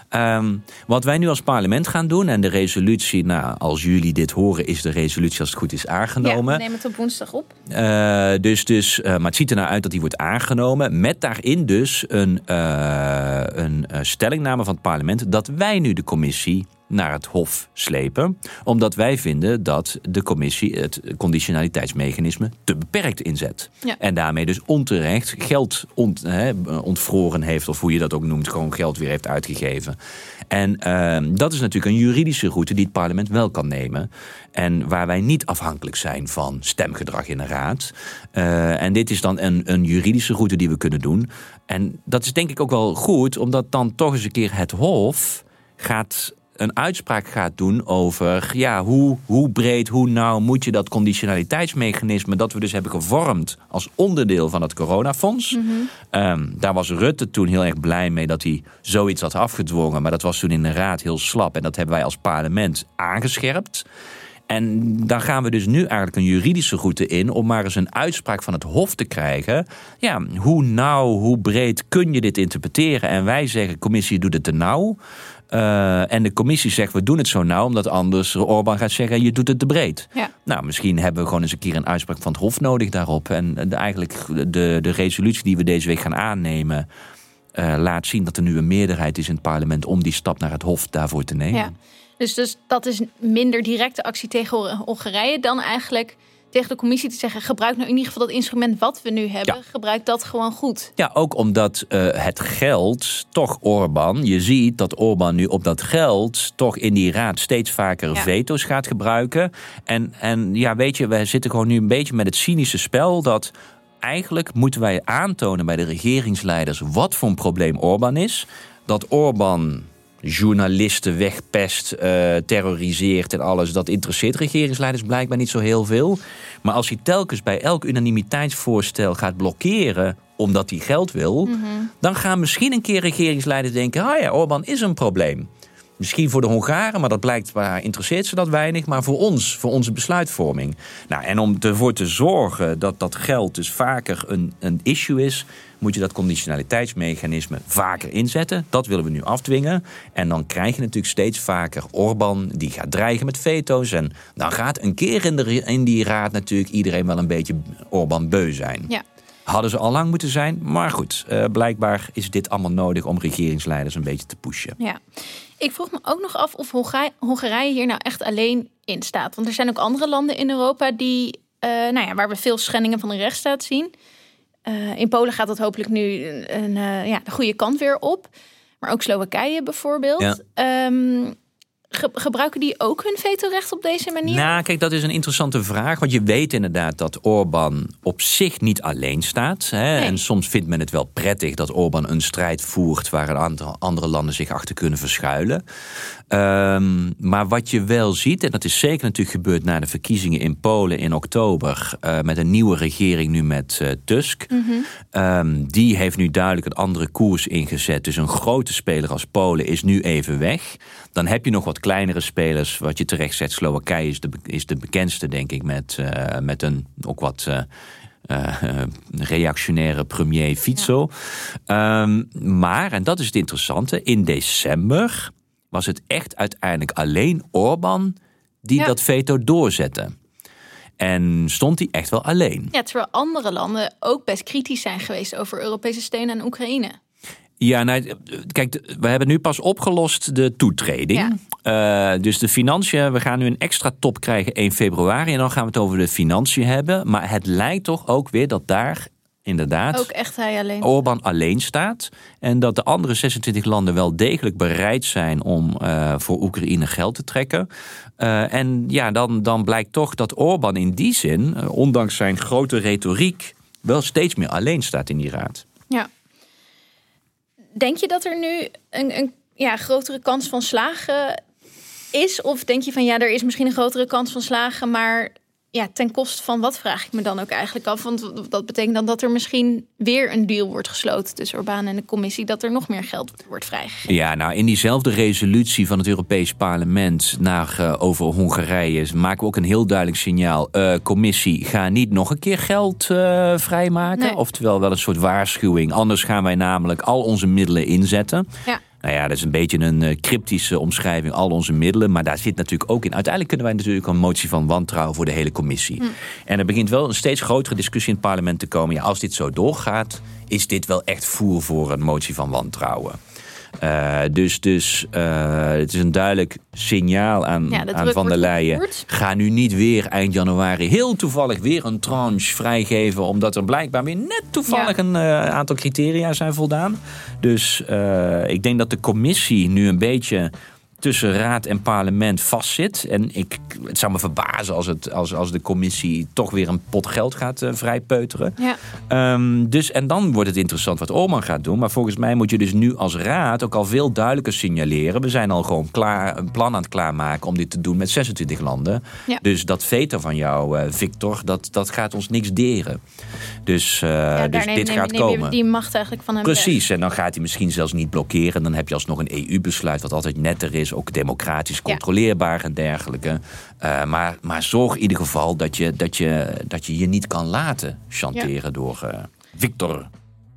Um, wat wij nu als parlement gaan doen, en de resolutie, nou, als jullie dit horen, is de resolutie als het goed is aangenomen. Ja, we nemen het op woensdag op. Uh, dus, dus, uh, maar het ziet er nou uit dat die wordt aangenomen, met daarin dus een, uh, een uh, stellingname van het parlement dat wij nu de commissie naar het Hof slepen, omdat wij vinden dat de commissie het conditionaliteitsmechanisme te beperkt inzet. Ja. En daarmee dus onterecht geld ont, he, ontvroren heeft, of hoe je dat ook noemt, gewoon geld weer heeft uitgegeven. En uh, dat is natuurlijk een juridische route die het parlement wel kan nemen. En waar wij niet afhankelijk zijn van stemgedrag in de raad. Uh, en dit is dan een, een juridische route die we kunnen doen. En dat is denk ik ook wel goed, omdat dan toch eens een keer het Hof gaat een uitspraak gaat doen over ja, hoe, hoe breed, hoe nauw moet je dat conditionaliteitsmechanisme dat we dus hebben gevormd als onderdeel van het coronafonds. Mm-hmm. Um, daar was Rutte toen heel erg blij mee dat hij zoiets had afgedwongen, maar dat was toen in de raad heel slap en dat hebben wij als parlement aangescherpt. En dan gaan we dus nu eigenlijk een juridische route in om maar eens een uitspraak van het Hof te krijgen. Ja, hoe nauw, hoe breed kun je dit interpreteren? En wij zeggen, commissie doet het te nauw. Uh, en de commissie zegt, we doen het zo nauw, omdat anders Orbán gaat zeggen, je doet het te breed. Ja. Nou, misschien hebben we gewoon eens een keer een uitspraak van het Hof nodig daarop. En de, eigenlijk de, de resolutie die we deze week gaan aannemen, uh, laat zien dat er nu een meerderheid is in het parlement om die stap naar het Hof daarvoor te nemen. Ja. Dus, dus dat is minder directe actie tegen Hongarije dan eigenlijk tegen de commissie te zeggen, gebruik nou in ieder geval dat instrument wat we nu hebben. Ja. Gebruik dat gewoon goed. Ja, ook omdat uh, het geld, toch Orbán, je ziet dat Orbán nu op dat geld toch in die raad steeds vaker ja. veto's gaat gebruiken. En, en ja, weet je, we zitten gewoon nu een beetje met het cynische spel dat eigenlijk moeten wij aantonen bij de regeringsleiders wat voor een probleem Orbán is. Dat Orbán journalisten wegpest, uh, terroriseert en alles. Dat interesseert regeringsleiders blijkbaar niet zo heel veel. Maar als hij telkens bij elk unanimiteitsvoorstel gaat blokkeren omdat hij geld wil, mm-hmm. dan gaan misschien een keer regeringsleiders denken, ah ja, Orbán is een probleem. Misschien voor de Hongaren, maar dat blijkt, waar interesseert ze dat weinig. Maar voor ons, voor onze besluitvorming. Nou, en om ervoor te zorgen dat dat geld dus vaker een, een issue is, moet je dat conditionaliteitsmechanisme vaker inzetten. Dat willen we nu afdwingen. En dan krijg je natuurlijk steeds vaker Orbán die gaat dreigen met veto's. En dan gaat een keer in, de, in die raad natuurlijk iedereen wel een beetje Orbán beu zijn. Ja. Hadden ze al lang moeten zijn. Maar goed, uh, blijkbaar is dit allemaal nodig om regeringsleiders een beetje te pushen. Ja. Ik vroeg me ook nog af of Hongarije hier nou echt alleen in staat. Want er zijn ook andere landen in Europa die, uh, nou ja, waar we veel schendingen van de rechtsstaat zien. Uh, in Polen gaat dat hopelijk nu een, een, uh, ja, de goede kant weer op. Maar ook Slowakije bijvoorbeeld. Ja. Um, ge- gebruiken die ook hun vetorecht op deze manier? Nou, kijk, dat is een interessante vraag. Want je weet inderdaad dat Orbán op zich niet alleen staat. Hè? Nee. En soms vindt men het wel prettig dat Orbán een strijd voert waar een aantal andere landen zich achter kunnen verschuilen. Um, maar wat je wel ziet, en dat is zeker natuurlijk gebeurd na de verkiezingen in Polen in oktober, uh, met een nieuwe regering nu met uh, Tusk. Mm-hmm. Um, die heeft nu duidelijk een andere koers ingezet. Dus een grote speler als Polen is nu even weg. Dan heb je nog wat kleinere spelers, wat je terecht zegt. Slowakije is de, is de bekendste, denk ik, met, uh, met een ook wat Uh, Uh, reactionaire premier Fico. Ja. Um, maar, en dat is het interessante, in december was het echt uiteindelijk alleen Orbán die ja. dat veto doorzette. En stond hij echt wel alleen. Ja, terwijl andere landen ook best kritisch zijn geweest over Europese steun aan Oekraïne. Ja, nou, kijk, we hebben nu pas opgelost de toetreding. Ja. Uh, dus de financiën, we gaan nu een extra top krijgen één februari. En dan gaan we het over de financiën hebben. Maar het lijkt toch ook weer dat daar inderdaad ook echt hij alleen Orbán alleen staat. En dat de andere zesentwintig landen wel degelijk bereid zijn om uh, voor Oekraïne geld te trekken. Uh, en ja, dan, dan blijkt toch dat Orbán in die zin, uh, ondanks zijn grote retoriek, wel steeds meer alleen staat in die raad. Ja. Denk je dat er nu een, een ja, grotere kans van slagen is? Of denk je van ja, er is misschien een grotere kans van slagen, maar ja, ten koste van wat, vraag ik me dan ook eigenlijk af. Want dat betekent dan dat er misschien weer een deal wordt gesloten tussen Orbán en de commissie, dat er nog meer geld wordt vrijgegeven. Ja, nou in diezelfde resolutie van het Europees Parlement naar, uh, over Hongarije maken we ook een heel duidelijk signaal. Uh, commissie, ga niet nog een keer geld uh, vrijmaken. Nee. Oftewel wel een soort waarschuwing. Anders gaan wij namelijk al onze middelen inzetten. Ja. Nou ja, dat is een beetje een uh, cryptische omschrijving, al onze middelen. Maar daar zit natuurlijk ook in. Uiteindelijk kunnen wij natuurlijk een motie van wantrouwen voor de hele commissie. Hm. En er begint wel een steeds grotere discussie in het parlement te komen. Ja, als dit zo doorgaat, is dit wel echt voer voor een motie van wantrouwen. Uh, dus dus uh, het is een duidelijk signaal aan, ja, aan Van der Leyen. Ga nu niet weer eind januari heel toevallig weer een tranche vrijgeven, omdat er blijkbaar weer net toevallig ja. een uh, aantal criteria zijn voldaan. Dus uh, ik denk dat de commissie nu een beetje tussen raad en parlement vastzit. En ik, het zou me verbazen als, het, als, als de commissie toch weer een pot geld gaat uh, vrijpeuteren. Ja. Um, dus, en dan wordt het interessant wat Orbán gaat doen. Maar volgens mij moet je dus nu als raad ook al veel duidelijker signaleren. We zijn al gewoon klaar, een plan aan het klaarmaken om dit te doen met zesentwintig landen. Ja. Dus dat veto van jou, uh, Victor, dat, dat gaat ons niks deren. Dus, uh, ja, dus neem, dit neem, gaat neem komen. Die macht eigenlijk van hem Precies, weg. En dan gaat hij misschien zelfs niet blokkeren. Dan heb je alsnog een E U-besluit wat altijd netter is. Ook democratisch controleerbaar ja. en dergelijke. Uh, maar, maar zorg in ieder geval dat je dat je, dat je, je niet kan laten chanteren ja. door uh, Victor.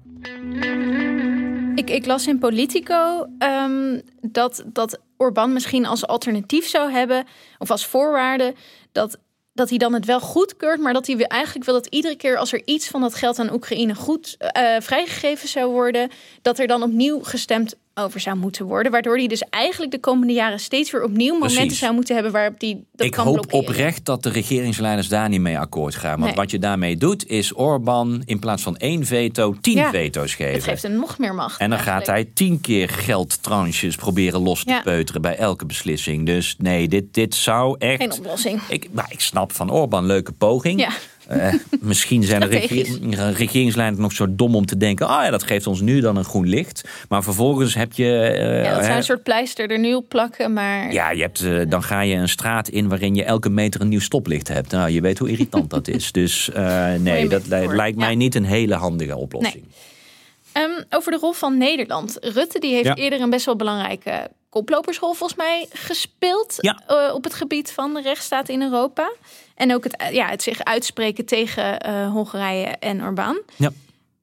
Ik, ik las in Politico um, dat, dat Orbán misschien als alternatief zou hebben, of als voorwaarde, dat, dat hij dan het wel goedkeurt, maar dat hij eigenlijk wil dat iedere keer als er iets van dat geld aan Oekraïne goed uh, vrijgegeven zou worden, dat er dan opnieuw gestemd over zou moeten worden. Waardoor hij dus eigenlijk de komende jaren steeds weer opnieuw momenten Precies. zou moeten hebben waarop hij dat Ik kan hoop blokkeren. oprecht dat de regeringsleiders daar niet mee akkoord gaan. Want nee. wat je daarmee doet is Orbán in plaats van één veto tien ja, veto's geven. Het geeft hem nog meer macht. En dan eigenlijk. gaat hij tien keer geldtranches proberen los te ja. peuteren bij elke beslissing. Dus nee, dit, dit zou echt... Geen oplossing. Ik, maar ik snap van Orbán, leuke poging. Ja. Uh, misschien zijn de regeer- regeringsleiders nog zo dom om te denken, ah oh ja, dat geeft ons nu dan een groen licht. Maar vervolgens heb je... Uh, ja, dat zou een soort pleister er nu op plakken, maar... Ja, je hebt, uh, dan ga je een straat in waarin je elke meter een nieuw stoplicht hebt. Nou, je weet hoe irritant dat is. Dus uh, nee, dat li- lijkt mij ja. niet een hele handige oplossing. Nee. Um, over de rol van Nederland. Rutte die heeft ja. eerder een best wel belangrijke koplopersrol volgens mij gespeeld ja. uh, op het gebied van de rechtsstaat in Europa. En ook het, ja, het zich uitspreken tegen uh, Hongarije en Orbán. Ja.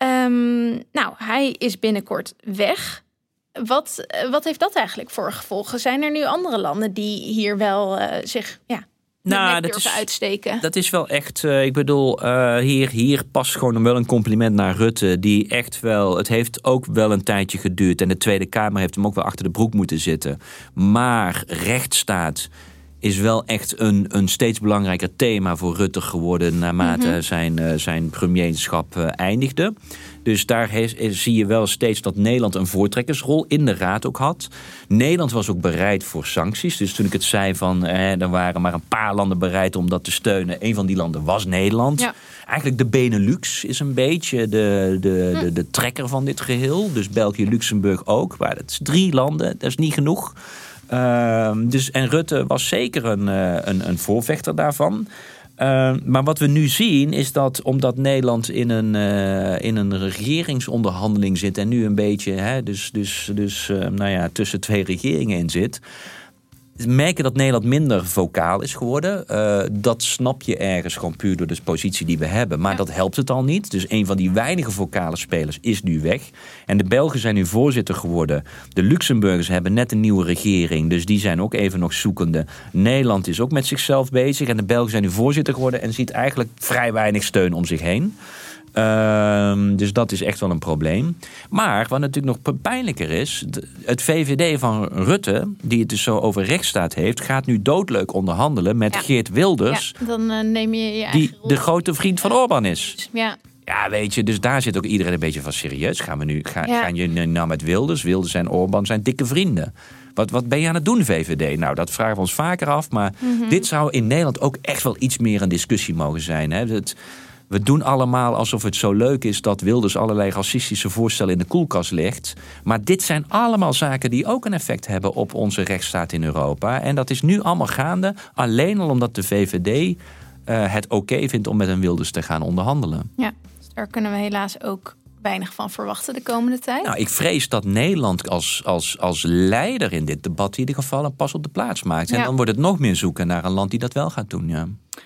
Um, nou, hij is binnenkort weg. Wat, uh, wat heeft dat eigenlijk voor gevolgen? Zijn er nu andere landen die hier wel uh, zich ja, nou, dat durven is, uitsteken? Dat is wel echt, uh, ik bedoel, uh, hier, hier past gewoon wel een compliment naar Rutte. Die echt wel, het heeft ook wel een tijdje geduurd. En de Tweede Kamer heeft hem ook wel achter de broek moeten zitten. Maar rechtsstaat is wel echt een, een steeds belangrijker thema voor Rutte geworden naarmate mm-hmm. zijn, uh, zijn premierschap uh, eindigde. Dus daar he, zie je wel steeds dat Nederland een voortrekkersrol in de Raad ook had. Nederland was ook bereid voor sancties. Dus toen ik het zei van eh, er waren maar een paar landen bereid om dat te steunen. Een van die landen was Nederland. Ja. Eigenlijk de Benelux is een beetje de, de, de, de trekker van dit geheel. Dus België, Luxemburg ook. Maar dat is drie landen, dat is niet genoeg. Uh, dus, en Rutte was zeker een, uh, een, een voorvechter daarvan. Uh, maar wat we nu zien is dat omdat Nederland in een, uh, in een regeringsonderhandeling zit en nu een beetje hè, dus, dus, dus, uh, nou ja, tussen twee regeringen in zit, merken dat Nederland minder vocaal is geworden. Uh, dat snap je ergens gewoon puur door de positie die we hebben. Maar ja. dat helpt het al niet. Dus een van die weinige vocale spelers is nu weg. En de Belgen zijn nu voorzitter geworden. De Luxemburgers hebben net een nieuwe regering. Dus die zijn ook even nog zoekende. Nederland is ook met zichzelf bezig. En de Belgen zijn nu voorzitter geworden en ziet eigenlijk vrij weinig steun om zich heen. Uh, dus dat is echt wel een probleem. Maar wat natuurlijk nog pijnlijker is, het V V D van Rutte, die het dus zo over rechtsstaat heeft, gaat nu doodleuk onderhandelen met ja. Geert Wilders, ja, dan uh, neem je je die de grote vriend van Orbán is. Ja. Ja, weet je, dus daar zit ook iedereen een beetje van serieus. Gaan we nu, ga, ja. gaan jullie nou met Wilders? Wilders en Orbán zijn dikke vrienden. Wat, wat ben je aan het doen, V V D? Nou, dat vragen we ons vaker af. Maar mm-hmm. dit zou in Nederland ook echt wel iets meer een discussie mogen zijn. Hè? Het, We doen allemaal alsof het zo leuk is dat Wilders allerlei racistische voorstellen in de koelkast legt. Maar dit zijn allemaal zaken die ook een effect hebben op onze rechtsstaat in Europa. En dat is nu allemaal gaande. Alleen al omdat de V V D uh, het oké okay vindt om met een Wilders te gaan onderhandelen. Ja, dus daar kunnen we helaas ook weinig van verwachten de komende tijd. Nou, ik vrees dat Nederland als, als, als leider in dit debat in ieder geval een pas op de plaats maakt. En ja. dan wordt het nog meer zoeken naar een land die dat wel gaat doen. Ja.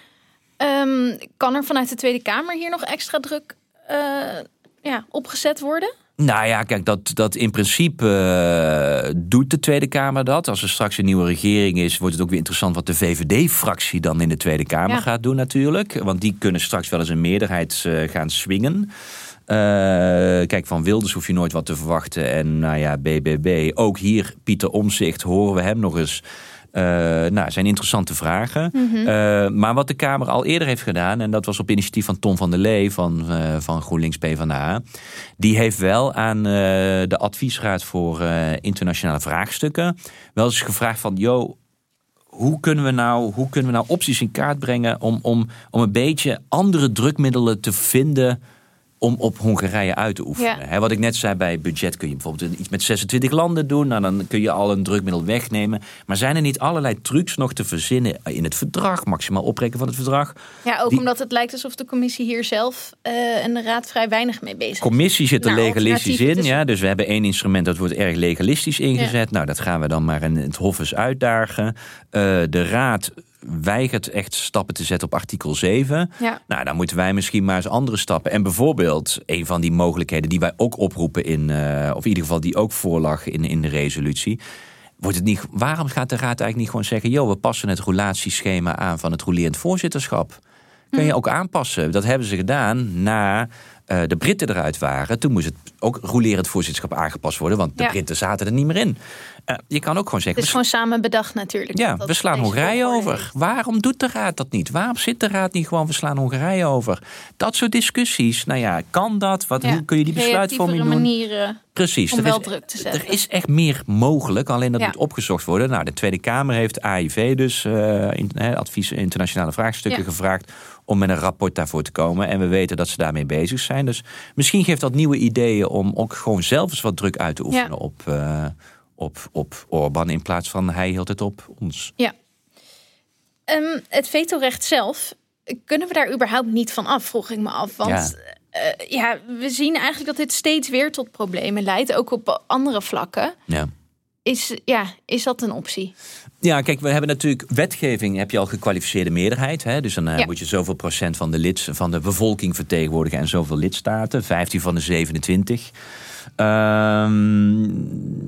Um, kan er vanuit de Tweede Kamer hier nog extra druk uh, ja, opgezet worden? Nou ja, kijk, dat, dat in principe uh, doet de Tweede Kamer dat. Als er straks een nieuwe regering is, wordt het ook weer interessant wat de V V D-fractie dan in de Tweede Kamer ja. gaat doen natuurlijk. Want die kunnen straks wel eens een meerderheid uh, gaan swingen. Uh, kijk, van Wilders hoef je nooit wat te verwachten. En nou ja, B B B, ook hier Pieter Omtzigt, horen we hem nog eens. Uh, nou, zijn interessante vragen. Mm-hmm. Uh, maar wat de Kamer al eerder heeft gedaan, en dat was op initiatief van Tom van der Lee van, uh, van GroenLinks PvdA, die heeft wel aan uh, de adviesraad voor uh, internationale vraagstukken wel eens gevraagd van, joh, hoe kunnen we nou, hoe kunnen we nou opties in kaart brengen om, om, om een beetje andere drukmiddelen te vinden om op Hongarije uit te oefenen. Ja. He, wat ik net zei, bij budget kun je bijvoorbeeld iets met zesentwintig landen doen. Nou, dan kun je al een drukmiddel wegnemen. Maar zijn er niet allerlei trucs nog te verzinnen in het verdrag? Maximaal oprekken van het verdrag. Ja, ook Die... omdat het lijkt alsof de commissie hier zelf uh, en de raad vrij weinig mee bezig is. De commissie zit er nou, legalistisch in. Dus... Ja, dus we hebben één instrument dat wordt erg legalistisch ingezet. Ja. Nou, dat gaan we dan maar in het Hof eens uitdagen. Uh, de raad weigert echt stappen te zetten op artikel zeven. Ja. Nou, dan moeten wij misschien maar eens andere stappen. En bijvoorbeeld, een van die mogelijkheden die wij ook oproepen in, uh, of in ieder geval die ook voorlag in, in de resolutie. Wordt het niet, waarom gaat de raad eigenlijk niet gewoon zeggen, joh, we passen het roulatieschema aan van het rolerend voorzitterschap? Kun je ook aanpassen. Dat hebben ze gedaan na uh, de Britten eruit waren. Toen moest het ook rolerend voorzitterschap aangepast worden, want de ja. Britten zaten er niet meer in. Uh, je kan ook gewoon zeggen... Het is gewoon samen bedacht natuurlijk. Ja, we slaan Hongarije over. Waarom doet de raad dat niet? Waarom zit de raad niet gewoon, we slaan Hongarije over? Dat soort discussies. Nou ja, kan dat? Wat, ja, hoe kun je die besluitvorming doen? Manieren Precies. om wel is, druk te zetten. Er is echt meer mogelijk, alleen dat ja. moet opgezocht worden. Nou, de Tweede Kamer heeft A I V dus, uh, in, he, advies internationale vraagstukken, ja. gevraagd om met een rapport daarvoor te komen. En we weten dat ze daarmee bezig zijn. Dus misschien geeft dat nieuwe ideeën om ook gewoon zelf eens wat druk uit te oefenen ja. op... Uh, Op, op Orbán in plaats van hij hield het op ons. Ja. Um, het vetorecht zelf, kunnen we daar überhaupt niet van af, vroeg ik me af. Want ja. Uh, ja, we zien eigenlijk dat dit steeds weer tot problemen leidt, ook op andere vlakken. Ja. Is, ja, is dat een optie? Ja, kijk, we hebben natuurlijk wetgeving, heb je al gekwalificeerde meerderheid. Hè? Dus dan uh, ja. moet je zoveel procent van de, lids, van de bevolking vertegenwoordigen en zoveel lidstaten. vijftien van de zevenentwintig. Um,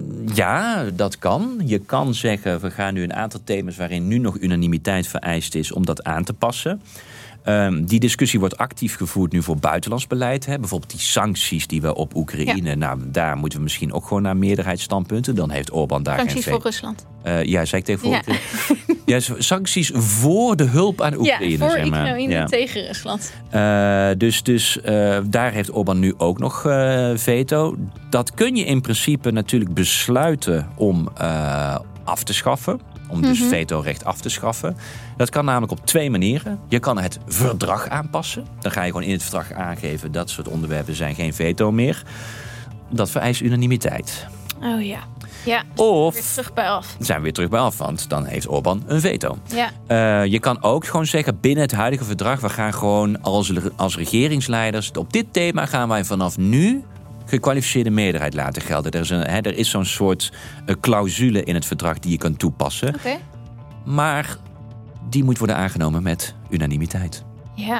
ja, dat kan. Je kan zeggen, we gaan nu een aantal thema's waarin nu nog unanimiteit vereist is om dat aan te passen. Um, die discussie wordt actief gevoerd nu voor buitenlands beleid. Hè. Bijvoorbeeld die sancties die we op Oekraïne... Ja. Nou, daar moeten we misschien ook gewoon naar meerderheidsstandpunten. Dan heeft Orbán daar sancties geen... Sancties voor Rusland. Uh, ja, zei ik tegen ja. ja, sancties voor de hulp aan Oekraïne. Ja, voor zeg maar. Oekraïne ja. tegen Rusland. Uh, dus dus uh, daar heeft Orbán nu ook nog uh, veto. Dat kun je in principe natuurlijk besluiten om uh, af te schaffen. Om dus mm-hmm. vetorecht af te schaffen. Dat kan namelijk op twee manieren. Je kan het verdrag aanpassen. Dan ga je gewoon in het verdrag aangeven... dat soort onderwerpen zijn geen veto meer. Dat vereist unanimiteit. Oh ja. Ja, of weer terug bij af. zijn we weer terug bij af, want dan heeft Orbán een veto. Ja. Uh, je kan ook gewoon zeggen, binnen het huidige verdrag... we gaan gewoon als, als regeringsleiders... op dit thema gaan wij vanaf nu... gekwalificeerde meerderheid laten gelden. Er is, een, hè, er is zo'n soort uh, clausule in het verdrag die je kan toepassen. Okay. Maar die moet worden aangenomen met unanimiteit. Ja.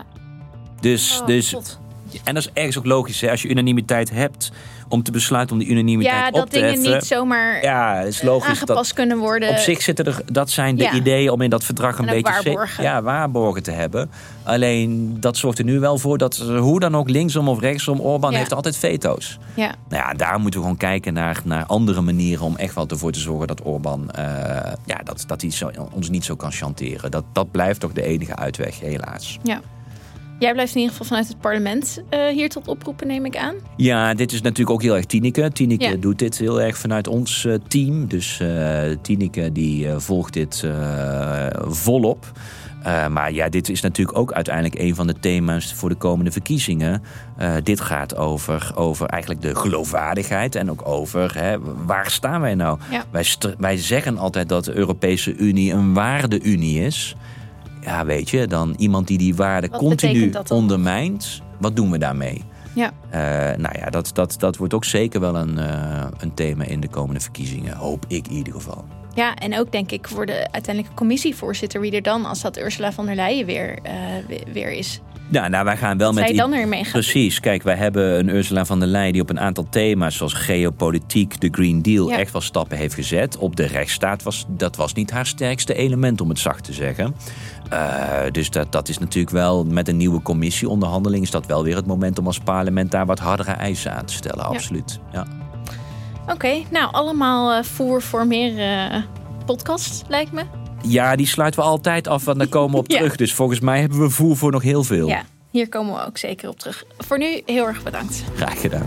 Dus, oh, dus God. En dat is ergens ook logisch, hè? Als je unanimiteit hebt om te besluiten om die unanimiteit ja, op te heffen. Ja, dat dingen niet zomaar ja, is logisch aangepast dat, kunnen worden. Op zich zitten er, dat zijn de ja. ideeën om in dat verdrag een en beetje waarborgen. ja, waarborgen te hebben. Alleen dat zorgt er nu wel voor dat hoe dan ook linksom of rechtsom, Orbán ja. heeft altijd veto's. Ja. Nou ja, daar moeten we gewoon kijken naar, naar andere manieren om echt wel ervoor te zorgen dat Orbán uh, ja, dat, dat hij zo, ons niet zo kan chanteren. Dat, dat blijft toch de enige uitweg, helaas. Ja. Jij blijft in ieder geval vanuit het parlement uh, hier tot oproepen, neem ik aan. Ja, dit is natuurlijk ook heel erg Tineke. Tineke ja. doet dit heel erg vanuit ons uh, team. Dus uh, Tineke die uh, volgt dit uh, volop. Uh, maar ja, dit is natuurlijk ook uiteindelijk een van de thema's voor de komende verkiezingen. Uh, dit gaat over, over eigenlijk de geloofwaardigheid en ook over hè, waar staan wij nou? Ja. Wij, st- wij zeggen altijd dat de Europese Unie een waardeunie is. ja, weet je, dan iemand die die waarde Wat continu dat dan? ondermijnt. Wat doen we daarmee? Ja. Uh, nou ja, dat, dat, dat wordt ook zeker wel een, uh, een thema in de komende verkiezingen. Hoop ik in ieder geval. Ja, en ook denk ik voor de uiteindelijke commissievoorzitter, wie er dan, als dat Ursula von der Leyen weer, uh, weer is. Ja, nou, wij gaan wel Wat met... zij dan ermee gaat. Precies, kijk, wij hebben een Ursula von der Leyen die op een aantal thema's, zoals geopolitiek, de Green Deal, ja. echt wel stappen heeft gezet. Op de rechtsstaat was dat was niet haar sterkste element, om het zacht te zeggen. Uh, dus dat, dat is natuurlijk wel, met een nieuwe commissieonderhandeling, is dat wel weer het moment om als parlement daar wat hardere eisen aan te stellen, ja. absoluut. Ja. Oké, okay, nou, allemaal uh, voer voor meer uh, podcasts, lijkt me. Ja, die sluiten we altijd af, want daar komen we op terug. Ja. Dus volgens mij hebben we voer voor nog heel veel. Ja, hier komen we ook zeker op terug. Voor nu heel erg bedankt. Graag gedaan.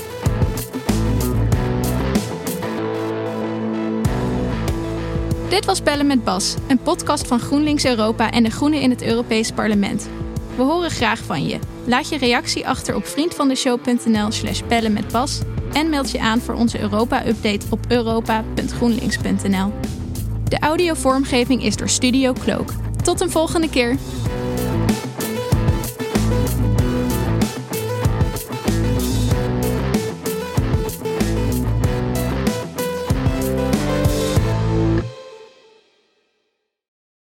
Dit was Bellen met Bas, een podcast van GroenLinks Europa en de Groenen in het Europees Parlement. We horen graag van je. Laat je reactie achter op vriendvandeshow.nl slash bellen met Bas en meld je aan voor onze Europa-update op europa punt groenlinks punt n l. De audiovormgeving is door Studio Cloak. Tot een volgende keer!